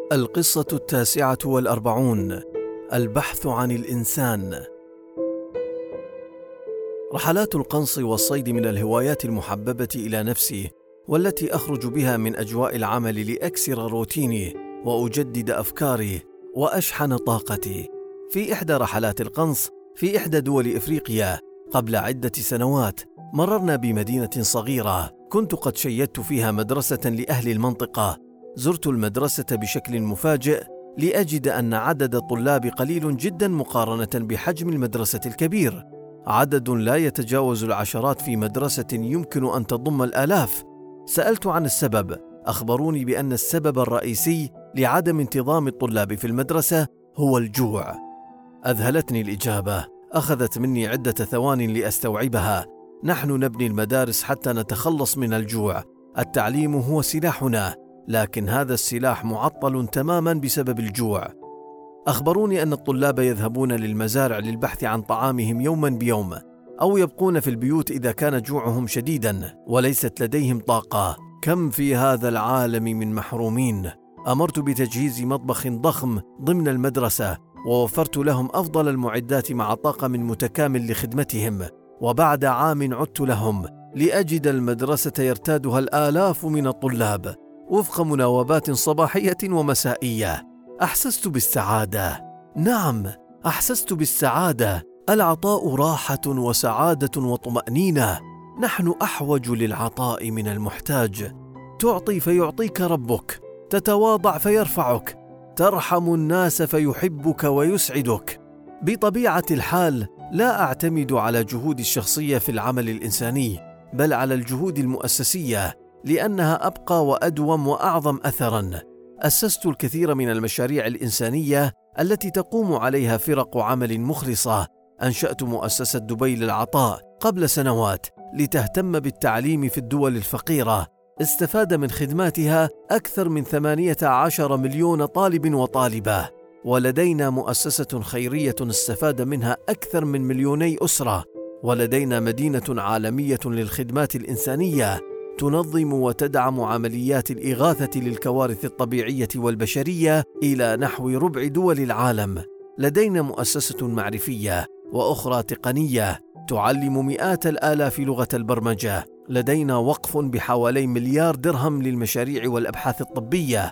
القصة 49: البحث عن الإنسان. رحلات القنص والصيد من الهوايات المحببة إلى نفسي، والتي أخرج بها من أجواء العمل لأكسر روتيني وأجدد أفكاري وأشحن طاقتي. في إحدى رحلات القنص في إحدى دول إفريقيا قبل عدة سنوات، مررنا بمدينة صغيرة كنت قد شيدت فيها مدرسة لأهل المنطقة. زرت المدرسة بشكل مفاجئ لأجد أن عدد الطلاب قليل جدا مقارنة بحجم المدرسة الكبير، عدد لا يتجاوز العشرات في مدرسة يمكن أن تضم الآلاف. سألت عن السبب، أخبروني بأن السبب الرئيسي لعدم انتظام الطلاب في المدرسة هو الجوع. أذهلتني الإجابة، أخذت مني عدة ثوان لأستوعبها. نحن نبني المدارس حتى نتخلص من الجوع، التعليم هو سلاحنا، لكن هذا السلاح معطل تماما بسبب الجوع. أخبروني أن الطلاب يذهبون للمزارع للبحث عن طعامهم يوما بيوم، أو يبقون في البيوت إذا كان جوعهم شديدا وليست لديهم طاقة. كم في هذا العالم من محرومين. أمرت بتجهيز مطبخ ضخم ضمن المدرسة، ووفرت لهم أفضل المعدات مع طاقم متكامل لخدمتهم. وبعد عام عدت لهم لأجد المدرسة يرتادها الآلاف من الطلاب وفق مناوبات صباحية ومسائية. أحسست بالسعادة. نعم، أحسست بالسعادة. العطاء راحة وسعادة وطمأنينة. نحن أحوج للعطاء من المحتاج. تعطي فيعطيك ربك، تتواضع فيرفعك، ترحم الناس فيحبك ويسعدك. بطبيعة الحال لا أعتمد على جهودي الشخصية في العمل الإنساني، بل على الجهود المؤسسية، لأنها أبقى وأدوم وأعظم أثراً. أسست الكثير من المشاريع الإنسانية التي تقوم عليها فرق عمل مخلصة. أنشأت مؤسسة دبي للعطاء قبل سنوات لتهتم بالتعليم في الدول الفقيرة. استفاد من خدماتها أكثر من 18 مليون طالب وطالبة. ولدينا مؤسسة خيرية استفاد منها أكثر من 2 أسرة. ولدينا مدينة عالمية للخدمات الإنسانية تنظم وتدعم عمليات الإغاثة للكوارث الطبيعية والبشرية إلى نحو ربع دول العالم. لدينا مؤسسة معرفية وأخرى تقنية تعلم مئات الآلاف لغة البرمجة. لدينا وقف بحوالي 1 مليار درهم للمشاريع والأبحاث الطبية،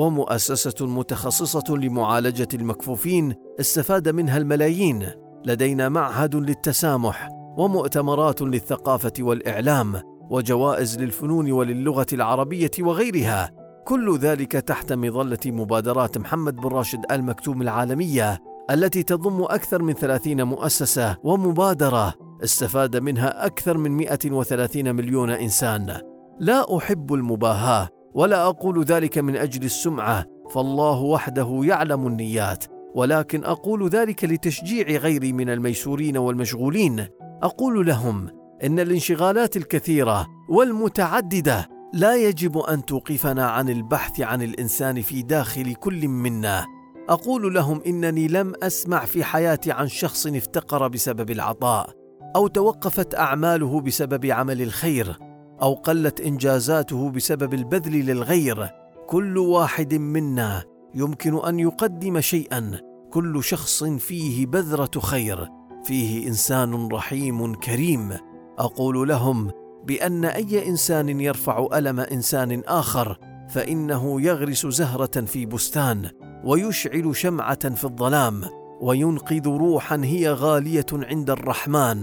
ومؤسسة متخصصة لمعالجة المكفوفين استفاد منها الملايين. لدينا معهد للتسامح ومؤتمرات للثقافة والإعلام وجوائز للفنون وللغة العربية وغيرها. كل ذلك تحت مظلة مبادرات محمد بن راشد آل مكتوم العالمية، التي تضم أكثر من 30 مؤسسة ومبادرة استفاد منها أكثر من 130 مليون إنسان. لا أحب المباهاة، ولا أقول ذلك من أجل السمعة، فالله وحده يعلم النيات، ولكن أقول ذلك لتشجيع غيري من الميسورين والمشغولين. أقول لهم إن الانشغالات الكثيرة والمتعددة لا يجب أن توقفنا عن البحث عن الإنسان في داخل كل منا. أقول لهم إنني لم أسمع في حياتي عن شخص افتقر بسبب العطاء، أو توقفت أعماله بسبب عمل الخير، أو قلت إنجازاته بسبب البذل للغير. كل واحد منا يمكن أن يقدم شيئا. كل شخص فيه بذرة خير، فيه إنسان رحيم كريم. أقول لهم بأن أي إنسان يرفع ألم إنسان آخر فإنه يغرس زهرة في بستان، ويشعل شمعة في الظلام، وينقذ روحا هي غالية عند الرحمن.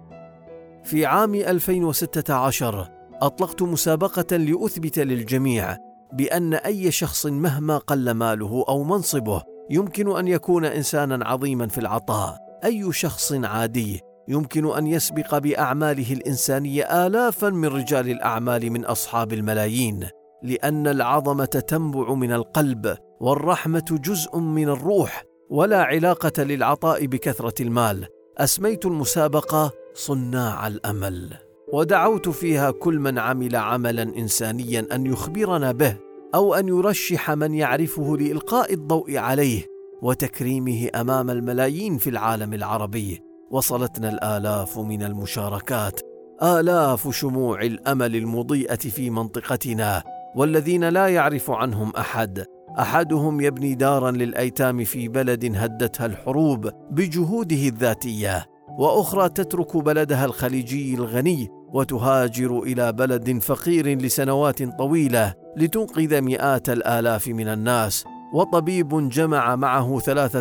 في عام 2016 أطلقت مسابقة لأثبت للجميع بأن أي شخص مهما قل ماله أو منصبه يمكن أن يكون إنسانا عظيما في العطاء. أي شخص عادي يمكن أن يسبق بأعماله الإنسانية آلافا من رجال الأعمال من أصحاب الملايين، لأن العظمة تنبع من القلب، والرحمة جزء من الروح، ولا علاقة للعطاء بكثرة المال. أسميت المسابقة صناع الأمل، ودعوت فيها كل من عمل عملا إنسانيا أن يخبرنا به، أو أن يرشح من يعرفه لإلقاء الضوء عليه وتكريمه أمام الملايين في العالم العربي. وصلتنا الآلاف من المشاركات، آلاف شموع الأمل المضيئة في منطقتنا، والذين لا يعرف عنهم أحد. أحدهم يبني دارا للأيتام في بلد هدتها الحروب بجهوده الذاتية، وأخرى تترك بلدها الخليجي الغني وتهاجر إلى بلد فقير لسنوات طويلة لتنقذ مئات الآلاف من الناس، وطبيب جمع معه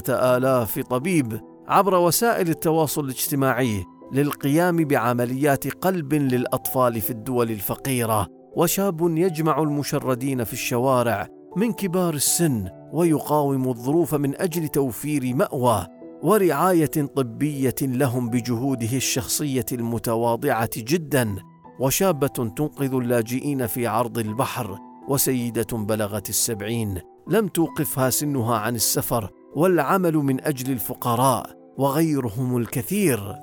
3000 طبيب عبر وسائل التواصل الاجتماعي للقيام بعمليات قلب للأطفال في الدول الفقيرة، وشاب يجمع المشردين في الشوارع من كبار السن ويقاوم الظروف من أجل توفير مأوى ورعاية طبية لهم بجهوده الشخصية المتواضعة جدا، وشابة تنقذ اللاجئين في عرض البحر، وسيدة بلغت 70 لم توقفها سنها عن السفر والعمل من أجل الفقراء، وغيرهم الكثير.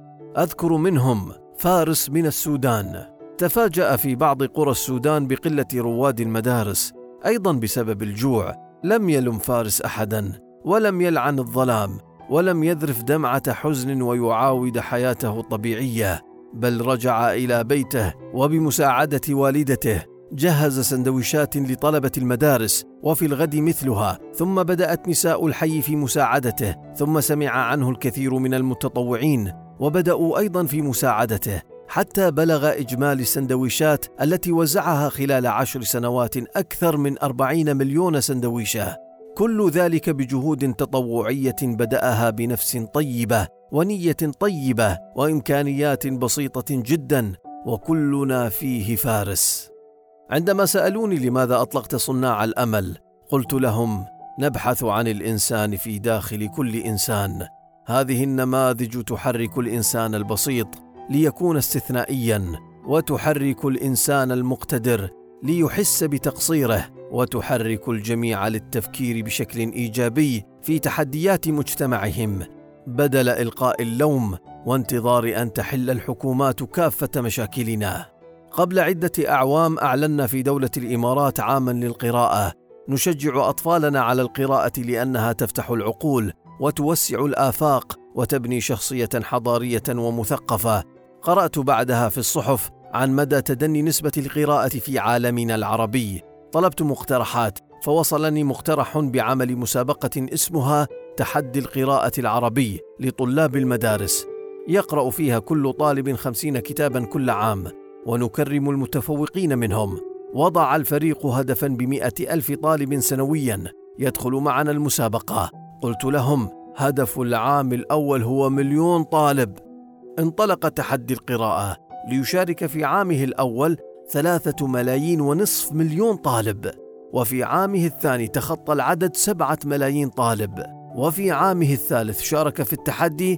أذكر منهم فارس من السودان، تفاجأ في بعض قرى السودان بقلة رواد المدارس أيضا بسبب الجوع. لم يلم فارس أحدا، ولم يلعن الظلام، ولم يذرف دمعة حزن ويعاود حياته الطبيعية، بل رجع إلى بيته وبمساعدة والدته جهز سندويشات لطلبة المدارس وفي الغد مثلها، ثم بدأت نساء الحي في مساعدته، ثم سمع عنه الكثير من المتطوعين وبدأوا أيضا في مساعدته، حتى بلغ إجمالي السندويشات التي وزعها خلال 10 سنوات أكثر من 40 مليون سندويشة. كل ذلك بجهود تطوعية بدأها بنفس طيبة ونية طيبة وإمكانيات بسيطة جدا، وكلنا فيه فارس. عندما سألوني لماذا أطلقت صناع الأمل، قلت لهم: نبحث عن الإنسان في داخل كل إنسان. هذه النماذج تحرك الإنسان البسيط ليكون استثنائيا، وتحرك الإنسان المقتدر ليحس بتقصيره، وتحرك الجميع للتفكير بشكل إيجابي في تحديات مجتمعهم بدل إلقاء اللوم وانتظار أن تحل الحكومات كافة مشاكلنا. قبل عدة أعوام أعلنا في دولة الإمارات عاما للقراءة، نشجع أطفالنا على القراءة لأنها تفتح العقول وتوسع الآفاق وتبني شخصية حضارية ومثقفة. قرأت بعدها في الصحف عن مدى تدني نسبة القراءة في عالمنا العربي. طلبت مقترحات، فوصلني مقترح بعمل مسابقة اسمها تحدي القراءة العربي لطلاب المدارس، يقرأ فيها كل طالب 50 كتابا كل عام، ونكرم المتفوقين منهم. وضع الفريق هدفا ب100,000 طالب سنويا يدخل معنا المسابقة. قلت لهم: هدف العام الأول هو 1,000,000 طالب. انطلق تحدي القراءة ليشارك في عامه الأول 3,5 مليون طالب، وفي عامه الثاني تخطى العدد 7 ملايين طالب، وفي عامه الثالث شارك في التحدي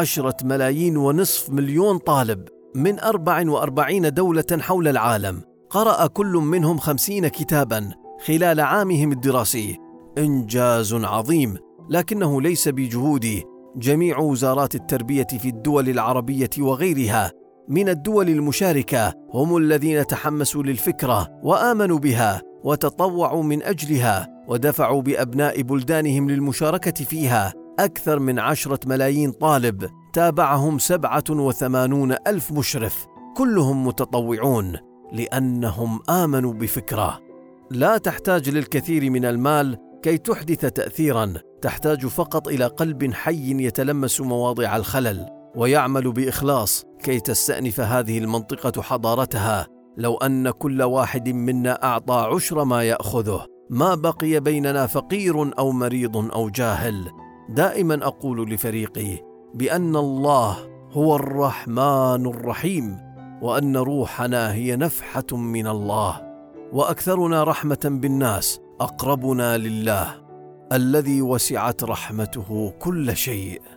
10,5 مليون طالب من 44 دولة حول العالم. قرأ كل منهم 50 كتابا خلال عامهم الدراسي. إنجاز عظيم، لكنه ليس بجهودي. جميع وزارات التربية في الدول العربية وغيرها من الدول المشاركة هم الذين تحمسوا للفكرة وآمنوا بها وتطوعوا من أجلها، ودفعوا بأبناء بلدانهم للمشاركة فيها. أكثر من 10 ملايين طالب، تابعهم 87,000 مشرف، كلهم متطوعون لأنهم آمنوا بفكرة. لا تحتاج للكثير من المال كي تحدث تأثيرا، تحتاج فقط إلى قلب حي يتلمس مواضع الخلل ويعمل بإخلاص كي تستأنف هذه المنطقة حضارتها. لو أن كل واحد منا أعطى 10 ما يأخذه، ما بقي بيننا فقير أو مريض أو جاهل. دائما أقول لفريقي بأن الله هو الرحمن الرحيم، وأن روحنا هي نفحة من الله، وأكثرنا رحمة بالناس أقربنا لله الذي وسعت رحمته كل شيء.